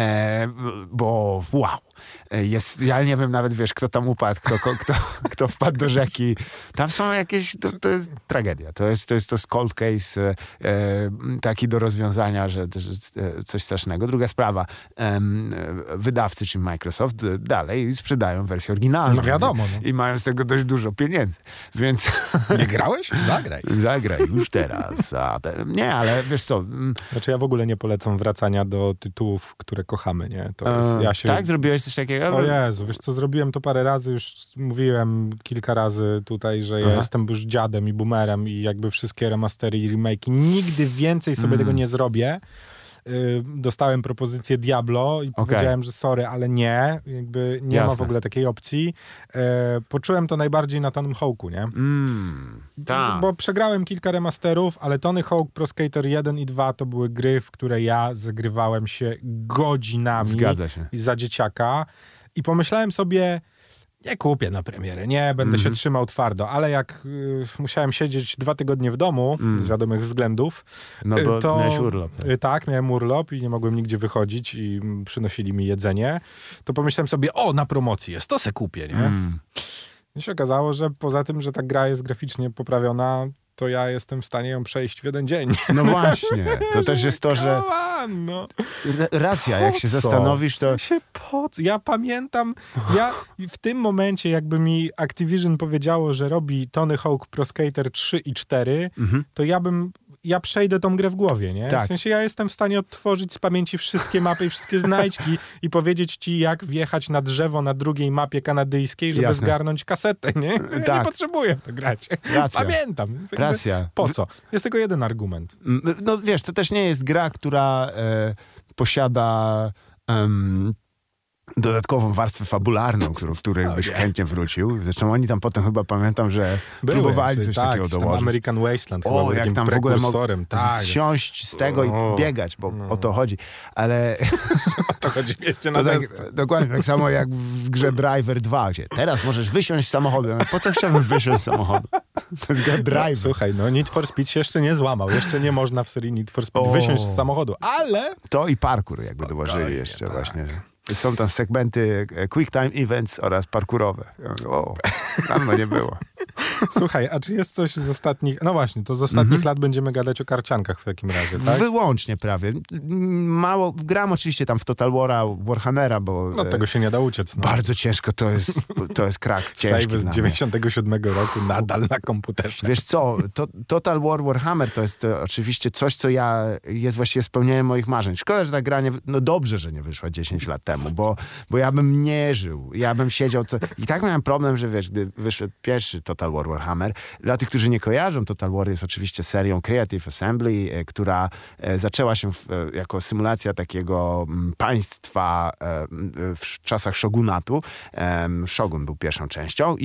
e, bo wow. Jest, ja nie wiem nawet, wiesz, kto tam upadł, kto, kto, kto wpadł do rzeki. Tam są jakieś, to, to jest tragedia. To jest, to jest, to jest cold case e, taki do rozwiązania, że, że coś strasznego. Druga sprawa, e, wydawcy, czyli Microsoft, dalej sprzedają wersję oryginalną. No wiadomo. No. I mają z tego dość dużo pieniędzy. Więc... Nie grałeś? Zagraj. Zagraj, już teraz. A te, nie, ale wiesz co... Znaczy ja w ogóle nie polecam wracania do tytułów, które kochamy, nie? To jest, e, ja się... Tak? Zrobiłeś coś takiego? O Jezu, wiesz co, zrobiłem to parę razy, już mówiłem kilka razy tutaj, że ja jestem już dziadem i boomerem i jakby wszystkie remastery i remake'i nigdy więcej sobie mm. tego nie zrobię. Yy, dostałem propozycję Diablo i okay. powiedziałem, że sorry, ale nie, jakby nie Jasne. ma w ogóle takiej opcji. Yy, poczułem to najbardziej na Tony Hawk'u, nie? Mm, tak. Bo przegrałem kilka remasterów, ale Tony Hawk Pro Skater jeden i dwa to były gry, w które ja zagrywałem się godzinami. Zgadza się. Za dzieciaka. I pomyślałem sobie, nie kupię na premierę, nie, będę mm-hmm. się trzymał twardo, ale jak y, musiałem siedzieć dwa tygodnie w domu, mm. z wiadomych względów, no bo to... miałeś urlop. Tak? Y, tak, miałem urlop i nie mogłem nigdzie wychodzić i przynosili mi jedzenie, to pomyślałem sobie, o, na promocji jest, to se kupię, nie? Mm. I się okazało, że poza tym, że ta gra jest graficznie poprawiona, to ja jestem w stanie ją przejść w jeden dzień. No właśnie, to też jest to, że... No. Racja, jak się zastanowisz, to... W sensie, po co? Ja pamiętam, ja w tym momencie jakby mi Activision powiedziało, że robi Tony Hawk Pro Skater trzy i cztery, mhm. to ja bym... ja przejdę tą grę w głowie, nie? Tak. W sensie ja jestem w stanie odtworzyć z pamięci wszystkie mapy i wszystkie znajdźki i powiedzieć ci, jak wjechać na drzewo na drugiej mapie kanadyjskiej, żeby Jasne. zgarnąć kasetę, nie? Ja tak. nie potrzebuję w to grać. Racja. Pamiętam. Racja. Po co? Jest tylko jeden argument. No wiesz, to też nie jest gra, która e, posiada... Um, dodatkową warstwę fabularną, którą, której oh, byś yeah. chętnie wrócił. Zresztą oni tam potem chyba pamiętam, że Były, próbowali coś tak, takiego dołożyć. American Wasteland o, chyba jak tam w ogóle mogą tak. zsiąść z tego oh. i biegać, bo no. o to chodzi. Ale... o to chodzi mieście na tak, desce. Dokładnie, tak samo jak w grze Driver dwa, gdzie teraz możesz wysiąść z samochodu. Po co chciałbym wysiąść z samochodu? To jest gra Driver. No, słuchaj, no Need for Speed się jeszcze nie złamał. Jeszcze nie można w serii Need for Speed oh. wysiąść z samochodu, ale... To i parkour jakby dołożyli jeszcze tak. właśnie. Są tam segmenty Quick Time Events oraz parkurowe. O, dawno nie było. Słuchaj, a czy jest coś z ostatnich... No właśnie, to z ostatnich mm-hmm. lat będziemy gadać o karciankach w takim razie, tak? Wyłącznie prawie. Mało... Gram oczywiście tam w Total War'a, Warhammera, bo... No tego się nie da uciec. No. Bardzo ciężko, to jest, to jest krak ciężki. Save z dziewięćdziesiątego siódmego roku nadal na komputerze. Wiesz co, to, Total War Warhammer to jest to oczywiście coś, co ja... jest właściwie spełnieniem moich marzeń. Szkoda, że ta gra nie... No dobrze, że nie wyszła dziesięć lat temu, bo, bo ja bym nie żył. Ja bym siedział... Co... I tak miałem problem, że wiesz, gdy wyszedł pierwszy Total War Warhammer, dla tych, którzy nie kojarzą, Total War jest oczywiście serią Creative Assembly, e, która e, zaczęła się w, e, jako symulacja takiego m, państwa e, w czasach shogunatu. E, Shogun był pierwszą częścią i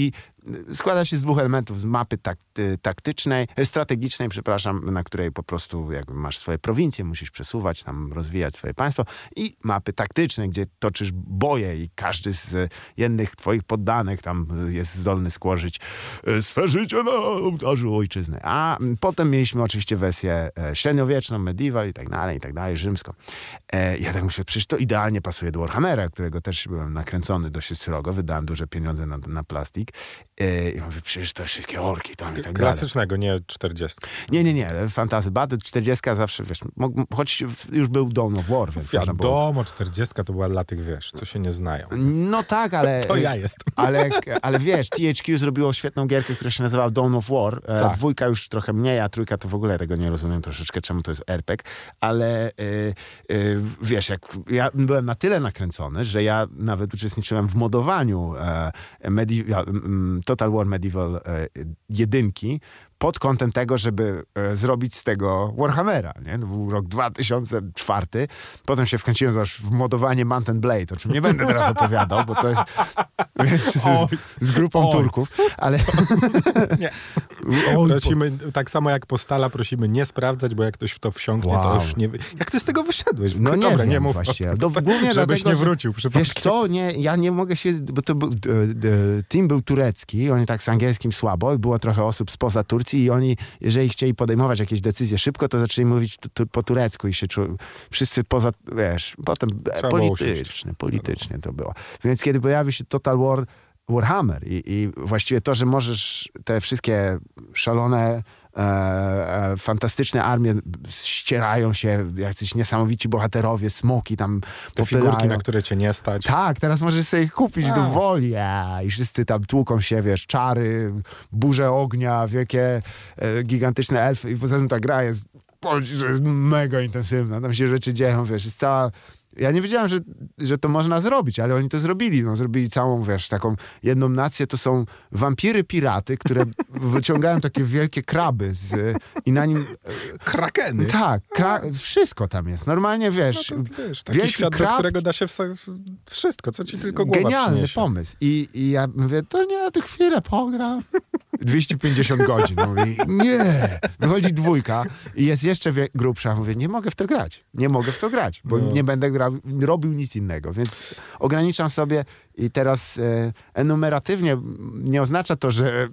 składa się z dwóch elementów, z mapy tak, taktycznej, strategicznej, przepraszam, na której po prostu jakby masz swoje prowincje, musisz przesuwać, tam rozwijać swoje państwo i mapy taktycznej, gdzie toczysz boje i każdy z jednych twoich poddanych tam jest zdolny skłożyć swe życie na ołtarzu ojczyzny. A potem mieliśmy oczywiście wersję średniowieczną, medieval i tak dalej, i tak dalej, rzymską. Ja tak myślę, przecież to idealnie pasuje do Warhammera, którego też byłem nakręcony dość srogo, wydałem duże pieniądze na, na plastik. I mówię, przecież to wszystkie orki tam i tak dalej. Klasycznego, nie czterdziestki. Nie, nie, nie. Fantasy Battle, czterdziestka zawsze, wiesz, choć już był Dawn of War, więc wiadomo, było... czterdziestka to była dla tych, wiesz, co się nie znają. No tak, ale... To ja jestem. Ale, ale wiesz, T H Q zrobiło świetną gierkę, która się nazywała Dawn of War. Tak. Dwójka już trochę mniej, a trójka to w ogóle tego nie rozumiem troszeczkę, czemu to jest R P G, ale y, y, wiesz, jak ja byłem na tyle nakręcony, że ja nawet uczestniczyłem w modowaniu e, Medieval, Total War Medieval e, jedynki, pod kątem tego, żeby e, zrobić z tego Warhammera, nie? To był rok dwa tysiące czwarty. Potem się wkręciłem aż w modowanie Mount Blade, o czym nie będę teraz opowiadał, bo to jest, jest z grupą Oj. Turków, ale... nie. Oj, prosimy, po... tak samo jak Postala, prosimy nie sprawdzać, bo jak ktoś w to wsiąknie, wow. to już nie... Jak ty z tego wyszedłeś? No nie Dobra, wiem nie mów właśnie. O... Do, głównie żebyś dlatego, nie wrócił przypadkiem. Wiesz co, nie, ja nie mogę się... Bo to był... Team był turecki, oni tak z angielskim słabo i było trochę osób spoza Turcji i oni, jeżeli chcieli podejmować jakieś decyzje szybko, to zaczęli mówić tu, tu, po turecku i się czu, wszyscy poza, wiesz, potem Trzeba politycznie, politycznie to było. Więc kiedy pojawił się Total War Warhammer i, i właściwie to, że możesz te wszystkie szalone E, e, fantastyczne armie ścierają się, jacyś niesamowici bohaterowie, smoki tam te popylają. Figurki, na które cię nie stać. Tak, teraz możesz sobie ich kupić A. do woli. A, i wszyscy tam tłuką się, wiesz, czary, burze ognia, wielkie, e, gigantyczne elfy i poza tym ta gra jest, że jest mega intensywna, tam się rzeczy dzieją, wiesz, jest cała... Ja nie wiedziałem, że, że to można zrobić, ale oni to zrobili. No, zrobili całą, wiesz, taką jedną nację. To są wampiry piraty, które wyciągają takie wielkie kraby z, i na nim... Krakeny. Tak, kra, wszystko tam jest. Normalnie, wiesz... No to, wiesz taki wielki świat, krab, do którego da się wszystko, co ci tylko głowa Genialny przyniesie. pomysł. I, I ja mówię, to nie, to chwilę pogram. dwieście pięćdziesiąt godzin. Mówi, nie. Wychodzi dwójka i jest jeszcze wie, grubsza. Mówię, nie mogę w to grać. Nie mogę w to grać, bo no. nie będę grał, robił nic innego. Więc ograniczam sobie i teraz e, enumeratywnie nie oznacza to, że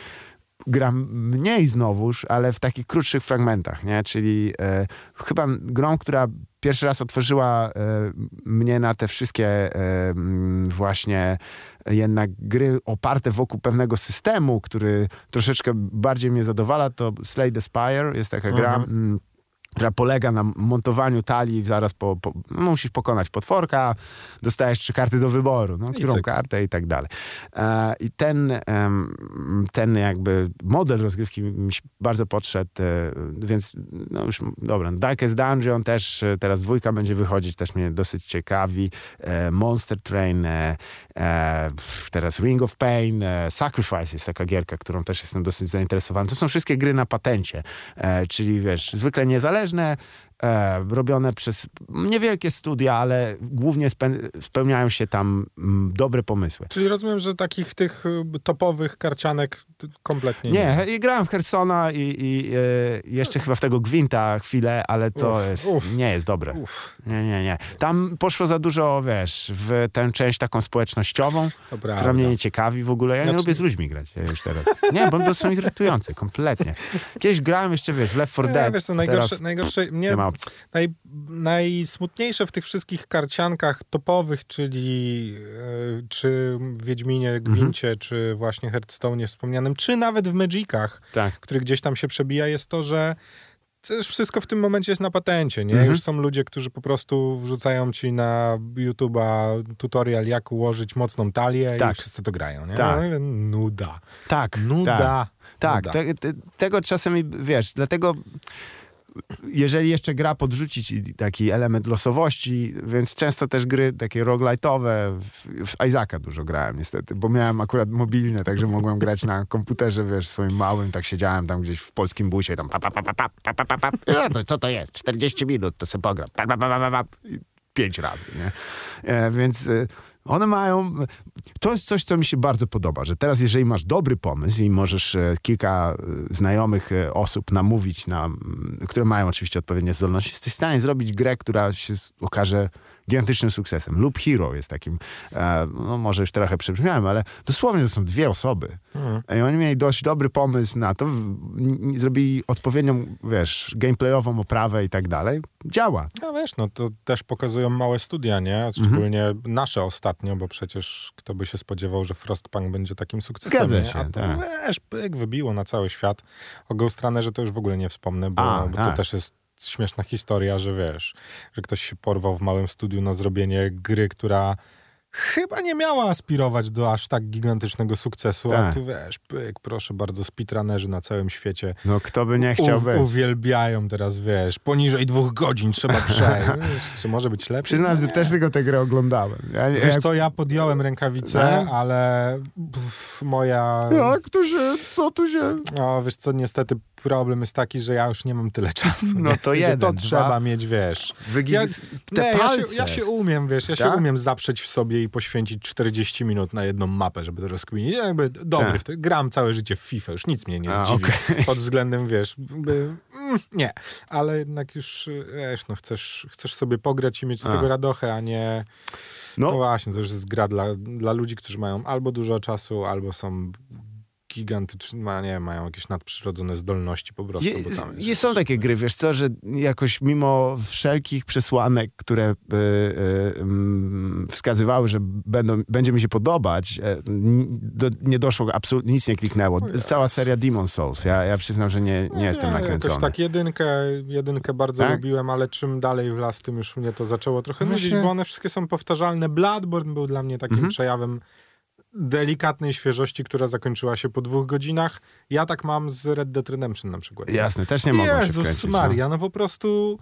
gram mniej znowuż, ale w takich krótszych fragmentach, nie? Czyli e, chyba grą, która pierwszy raz otworzyła e, mnie na te wszystkie e, właśnie jednak gry oparte wokół pewnego systemu, który troszeczkę bardziej mnie zadowala, to Slay the Spire. Jest taka gra, mhm. m, która polega na montowaniu talii zaraz po, po no musisz pokonać potworka, dostajesz trzy karty do wyboru, no, którą kartę i tak dalej. E, I ten, um, ten jakby model rozgrywki mi bardzo podszedł, e, więc no już, dobra, Darkest Dungeon też, teraz dwójka będzie wychodzić, też mnie dosyć ciekawi. E, Monster Train, e, e, teraz Ring of Pain, e, Sacrifice jest taka gierka, którą też jestem dosyć zainteresowany. To są wszystkie gry na patencie, e, czyli wiesz, zwykle niezależne, E, robione przez niewielkie studia, ale głównie spe- spełniają się tam m, dobre pomysły. Czyli rozumiem, że takich tych topowych karcianek kompletnie nie. Nie, i grałem w Hersona i, i e, jeszcze chyba w tego Gwinta chwilę, ale to uf, jest, uf, nie jest dobre. Uf. Nie, nie, nie. Tam poszło za dużo, wiesz, w tę część taką społecznościową, która mnie nie ciekawi w ogóle. Ja znaczy... nie lubię z ludźmi grać ja już teraz. Nie, bo to są irytujące, kompletnie. Kiedyś grałem jeszcze, wiesz, w Left four Dead. Ja, wiesz, to najgorsze, najgorsze mnie, naj, najsmutniejsze w tych wszystkich karciankach topowych, czyli e, czy w Wiedźminie, Gwincie, mhm. czy właśnie Hearthstone'ie wspomnianym, czy nawet w Magicach, tak. który gdzieś tam się przebija, jest to, że już wszystko w tym momencie jest na patencie, nie? Mhm. Już są ludzie, którzy po prostu wrzucają ci na YouTube'a tutorial, jak ułożyć mocną talię tak. i wszyscy to grają, nie? Tak. No, nuda. Tak. Nuda. Tak. tak. Te, te, tego czasami, wiesz, dlatego jeżeli jeszcze gra podrzucić taki element losowości, więc często też gry takie roguelite'owe, w, w Isaaca dużo grałem niestety, bo miałem akurat mobilne, także mogłem grać na komputerze, wiesz, swoim małym, tak siedziałem tam gdzieś w polskim busie, tam pa, pa, pa, pa, pa, pa, pa, pa. Ja, to co to jest? czterdzieści minut, to sobie pogram. Pa, pa, pa, pa, pa, pa. Pięć razy, nie? E, więc... One mają... To jest coś, co mi się bardzo podoba, że teraz jeżeli masz dobry pomysł i możesz e, kilka e, znajomych e, osób namówić, na, m, które mają oczywiście odpowiednie zdolności, jesteś w stanie zrobić grę, która się okaże gigantycznym sukcesem. Loop Hero jest takim, e, no może już trochę przebrzmiałem, ale dosłownie to są dwie osoby. Mhm. I oni mieli dość dobry pomysł na to, w, n, zrobili odpowiednią, wiesz, gameplayową oprawę i tak dalej. Działa. No wiesz, no to też pokazują małe studia, nie? Szczególnie mhm. nasze ostatnio, bo przecież kto by się spodziewał, że Frostpunk będzie takim sukcesem. Zgadza się, A to, tak. wiesz, pyk, wybiło na cały świat. O Ghost Runnerze to już w ogóle nie wspomnę, bo, A, bo to też jest śmieszna historia, że wiesz, że ktoś się porwał w małym studiu na zrobienie gry, która chyba nie miała aspirować do aż tak gigantycznego sukcesu, tak. A tu wiesz, pyk, proszę bardzo, speedrunnerzy na całym świecie. No kto by nie chciał u- być. Uwielbiają teraz, wiesz, poniżej dwóch godzin trzeba przejść. Czy może być lepiej? Przyznam, że też tylko tę grę oglądałem. Ja, wiesz jak... co, ja podjąłem rękawice, no. ale pff, moja... Jak to się, co tu się... No wiesz co, niestety problem jest taki, że ja już nie mam tyle czasu. No nie? to jeden, To dwa. trzeba mieć, wiesz. Wygi... Ja, te nie, palce. Ja się, ja się umiem, wiesz, ja tak? się umiem zaprzeć w sobie i poświęcić czterdzieści minut na jedną mapę, żeby to rozkminić. Ja jakby dobry tak. w to. Gram całe życie w FIFA, już nic mnie nie A, zdziwi. okay. Pod względem, wiesz, by, mm, nie. Ale jednak już, wiesz, no chcesz, chcesz sobie pograć i mieć z a. tego radochę, a nie... No. no właśnie, to już jest gra dla, dla ludzi, którzy mają albo dużo czasu, albo są... gigantyczne, nie mają jakieś nadprzyrodzone zdolności po prostu. Je, bo tam jest, są takie gry, wiesz co, że jakoś mimo wszelkich przesłanek, które y, y, y, wskazywały, że będą, będzie mi się podobać, y, do, nie doszło, absolutnie nic nie kliknęło. Jest cała seria Demon's Souls. Ja, ja przyznam, że nie, nie no, jestem nie, nakręcony. Jakoś tak jedynkę, jedynkę bardzo tak? lubiłem, ale czym dalej w las, tym już mnie to zaczęło trochę Właśnie... nudzić, bo one wszystkie są powtarzalne. Bloodborne był dla mnie takim mhm. przejawem delikatnej świeżości, która zakończyła się po dwóch godzinach. Ja tak mam z Red Dead Redemption na przykład. Jasne, też nie mogę się wkręcić. Jezus Maria, no. no po prostu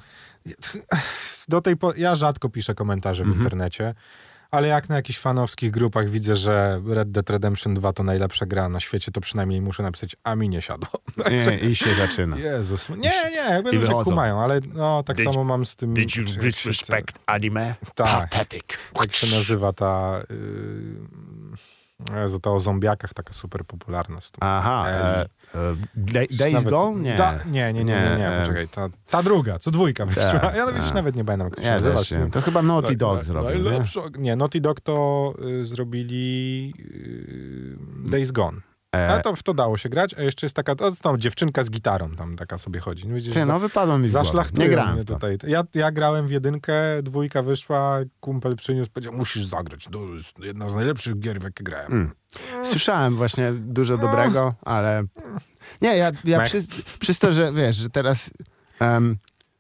do tej po... ja rzadko piszę komentarze w mhm. internecie, ale jak na jakichś fanowskich grupach widzę, że Red Dead Redemption dwa to najlepsza gra na świecie, to przynajmniej muszę napisać, a mi nie siadło. Nie, i się zaczyna. Jezus. Nie, nie, będą się kumają, ale no tak did, samo mam z tym... Did you disrespect anime? Tak. Pathetic. Jak się nazywa ta... Yy... Jezu, ta o zombiakach taka super popularna. Z tym. Aha. E, e, Days nawet, Gone? Nie. Da, nie, nie, nie, nie, nie, nie. Poczekaj. Ta, ta druga, co dwójka wyszła. Ta, ja widzisz, nawet nie pamiętam, jak to się ja nazywa. Się. To chyba Naughty Dog no, zrobił, nie? nie, Naughty Dog to y, zrobili y, Days Gone. A to w to dało się grać, a jeszcze jest taka, to jest tam dziewczynka z gitarą tam taka sobie chodzi. No, widzisz, Ty, no wypadło mi z głowy. Nie grałem mnie tutaj. Ja, ja grałem w jedynkę, dwójka wyszła, kumpel przyniósł, powiedział, musisz zagrać, to jest jedna z najlepszych gier, w jakie grałem. Mm. Słyszałem właśnie dużo dobrego, ale nie, ja, ja przez, przez to, że wiesz, że teraz um,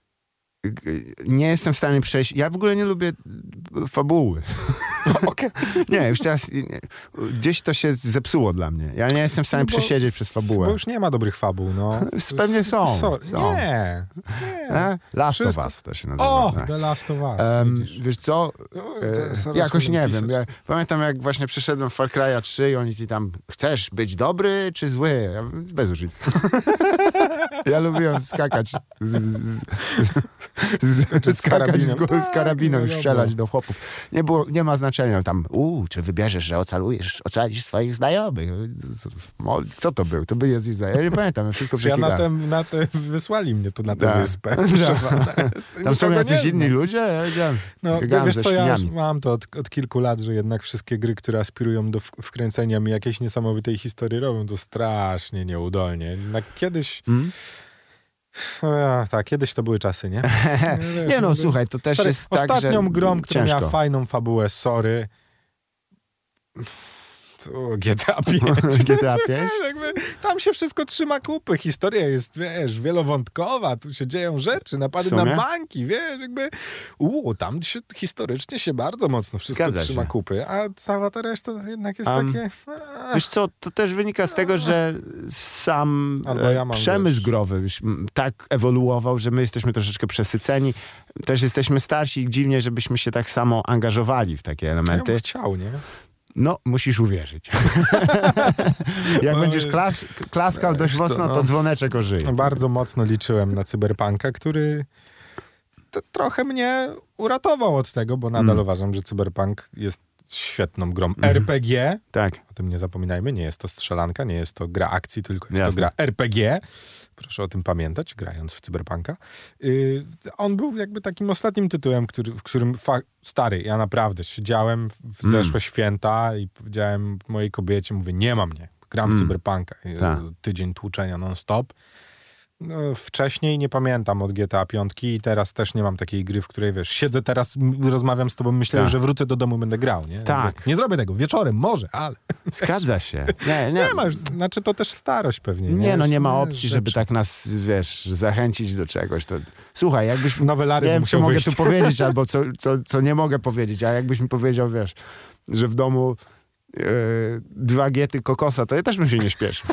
nie jestem w stanie przejść, ja w ogóle nie lubię fabuły. Okay. Nie, już teraz nie, gdzieś to się zepsuło dla mnie. Ja nie jestem w stanie no bo, przesiedzieć przez fabułę. Bo już nie ma dobrych fabuł, no. Pewnie są. są. Nie. nie. Last Wszystko. of Us to się nazywa. O, tak. The Last of Us. Um, wiesz co? E, jakoś nie wiem. Ja pamiętam, jak właśnie przeszedłem w Far Cry'a trzy i oni ci tam, chcesz być dobry czy zły? Ja, bez różnicy. Ja lubiłem skakać z, z, z, z, skakać z, z, z karabiną i strzelać do chłopów. Nie było, nie ma znaczenia tam, uuu, czy wybierzesz, że ocalujesz, ocalisz swoich znajomych. Kto to był? To by jest Izrael. Ja nie pamiętam, ja wszystko ja na, tem, na te, wysłali mnie tu na tę da. wyspę. Tam są jacyś inni ludzie? Ja wiedziałem. No, wiesz co, ja mam to od, od kilku lat, że jednak wszystkie gry, które aspirują do wkręcenia mi jakiejś niesamowitej historii, robią to strasznie nieudolnie. Jednak kiedyś... Hmm? No, tak, kiedyś to były czasy, nie? Wiesz, nie no, no, słuchaj, to też jest tak, że... Ostatnią grą, która ciężko. miała fajną fabułę, sorry... To G T A pięć. G T A pięć? Jakby, tam się wszystko trzyma kupy. Historia jest, wiesz, wielowątkowa. Tu się dzieją rzeczy, napady na banki, wiesz, jakby... Uuu, tam się, historycznie się bardzo mocno wszystko Zgadza trzyma się. kupy. A cała ta reszta jednak jest um, takie... A. Wiesz co, to też wynika z tego, że sam ja przemysł wiesz. growy już tak ewoluował, że my jesteśmy troszeczkę przesyceni. Też jesteśmy starsi i dziwnie, żebyśmy się tak samo angażowali w takie elementy. Ja bym chciał, nie? No, musisz uwierzyć. Jak no, będziesz klas klaskał dość mocno, co, no, to dzwoneczek ożyje. No, bardzo mocno liczyłem na Cyberpunka, który trochę mnie uratował od tego, bo nadal mm. uważam, że Cyberpunk jest świetną grą Mhm. R P G. Tak. O tym nie zapominajmy, nie jest to strzelanka, nie jest to gra akcji, tylko jest Jasne. to gra R P G. Proszę o tym pamiętać, grając w Cyberpunka. Yy, on był jakby takim ostatnim tytułem, który, w którym fa- stary, ja naprawdę siedziałem w Mm. zeszłe święta i powiedziałem mojej kobiecie, mówię, nie ma mnie, gram w Mm. Cyberpunka. I, Tak. tydzień tłuczenia non-stop. No, wcześniej nie pamiętam od G T A pięć i teraz też nie mam takiej gry, w której wiesz, siedzę teraz, m- rozmawiam z tobą, myślę, Tak. że wrócę do domu, będę grał, nie? Tak. Jakby, nie zrobię tego, wieczorem może, ale Zgadza się. Nie, nie. nie ma już, znaczy to też starość pewnie. Nie, Nie, no nie ma Już opcji, rzeczy. żeby tak nas, wiesz, zachęcić do czegoś. To... Słuchaj, jakbyś... Nowe Lary Nie by wiem, co musiał mogę wyjść. tu powiedzieć, albo co, co, co nie mogę powiedzieć, a jakbyś mi powiedział, wiesz, że w domu e, dwa giety kokosa, to ja też bym się nie śpieszył.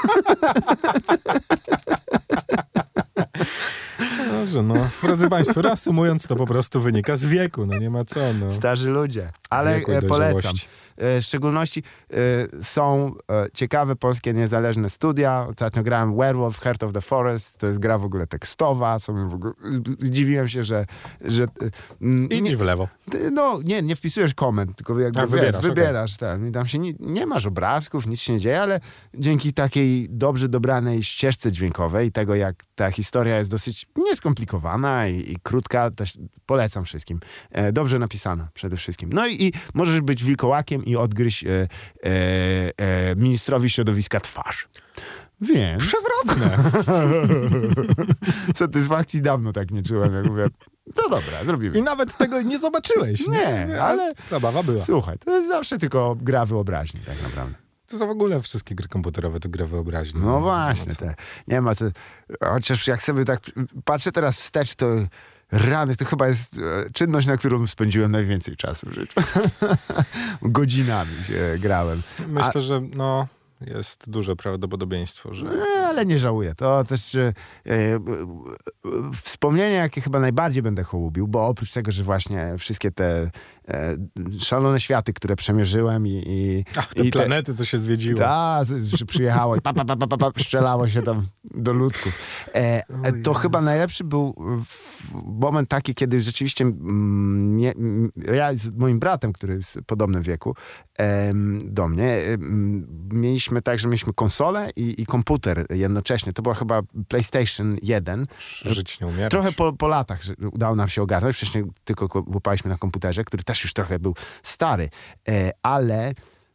Dobrze, no. Drodzy Państwo, reasumując, to po prostu wynika z wieku, no nie ma co, no. Starzy ludzie. Ale Wieku i e, polecam. dojrzałości. E, W szczególności e, są e, ciekawe polskie niezależne studia. Ostatnio grałem Werewolf, Heart of the Forest. To jest gra w ogóle tekstowa. Są w ogóle, zdziwiłem się, że... że e, m, Idź w lewo. Ty, No, nie, nie wpisujesz komend, tylko jakby A, wiesz, wybierasz, wybierasz. Tak. I tam się nie, nie masz obrazków, nic się nie dzieje, ale dzięki takiej dobrze dobranej ścieżce dźwiękowej i tego, jak ta historia jest dosyć nieskomplikowana i, i krótka, też polecam wszystkim. E, dobrze napisana przede wszystkim. No i, i możesz być wilkołakiem i odgryźć e, e, e, ministrowi środowiska twarz. Więc... Przewrotne. Satysfakcji dawno tak nie czułem, jak mówię, no dobra, zrobimy. I nawet tego nie zobaczyłeś. Nie, ale- Zabawa była. Słuchaj, to jest zawsze tylko gra wyobraźni tak naprawdę. To są w ogóle wszystkie gry komputerowe, to gra wyobraźni. No właśnie, co? te, nie ma to, chociaż jak sobie tak patrzę teraz wstecz, to rany, to chyba jest e, czynność, na którą spędziłem najwięcej czasu w życiu. Godzinami się grałem. Myślę, że no, jest duże prawdopodobieństwo, że... E, ale nie żałuję. To też e, e, wspomnienie, jakie chyba najbardziej będę hołubił, bo oprócz tego, że właśnie wszystkie te e, szalone światy, które przemierzyłem i... i Ach, te i planety, co się zwiedziło. Ta, z- że przyjechało i pa, pa, pa, pa, pa, pa, strzelało się tam do ludków. E, e, to Jezu. chyba najlepszy był w- moment taki, kiedy rzeczywiście mm, nie, mm, ja z moim bratem, który jest w podobnym wieku em, do mnie, em, mieliśmy tak, że mieliśmy konsolę i, i komputer jednocześnie. To była chyba PlayStation jeden. Żyć nie umierać. Trochę po, po latach że udało nam się ogarnąć. Wcześniej tylko ko- łupaliśmy na komputerze, który też już trochę był stary. E, ale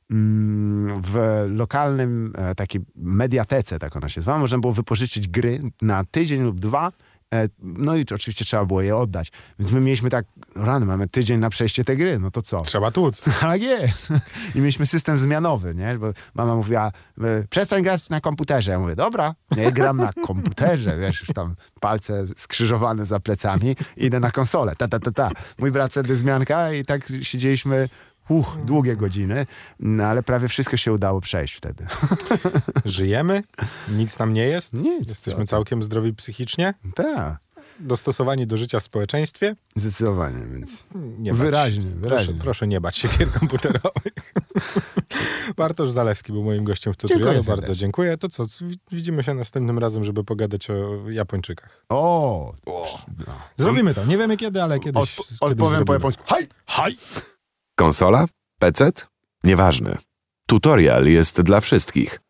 mm, w lokalnym e, takiej mediatece, tak ona się zwa, można było wypożyczyć gry na tydzień lub dwa. E, no i to oczywiście trzeba było je oddać. Więc my mieliśmy tak, rany, mamy tydzień na przejście tej gry, no to co? Trzeba tłuc. Tak jest. I mieliśmy system zmianowy, nie? Bo mama mówiła, e, przestań grać na komputerze. Ja mówię, dobra, nie gram na komputerze, wiesz, już tam palce skrzyżowane za plecami, idę na konsolę, ta, ta, ta, ta. Mój brat wtedy zmianka i tak siedzieliśmy, uch, długie godziny, no ale prawie wszystko się udało przejść wtedy. Żyjemy, nic nam nie jest. Nic, Jesteśmy co ty. całkiem zdrowi psychicznie, Tak, dostosowani do życia w społeczeństwie. zdecydowanie, więc Nie bać. wyraźnie, Proszę, wyraźnie. proszę nie bać się gier komputerowych. Bartosz Zalewski był moim gościem w Dziękuję tutorialu. Bardzo serdecznie. dziękuję. To co, widzimy się następnym razem, żeby pogadać o Japończykach. O! No. Zrobimy to. Nie wiemy kiedy, ale kiedyś. Odpo- kiedyś odpowiem zrobimy. po japońsku. Haj! Haj! Konsola? P C? Nieważne. Tutorial jest dla wszystkich.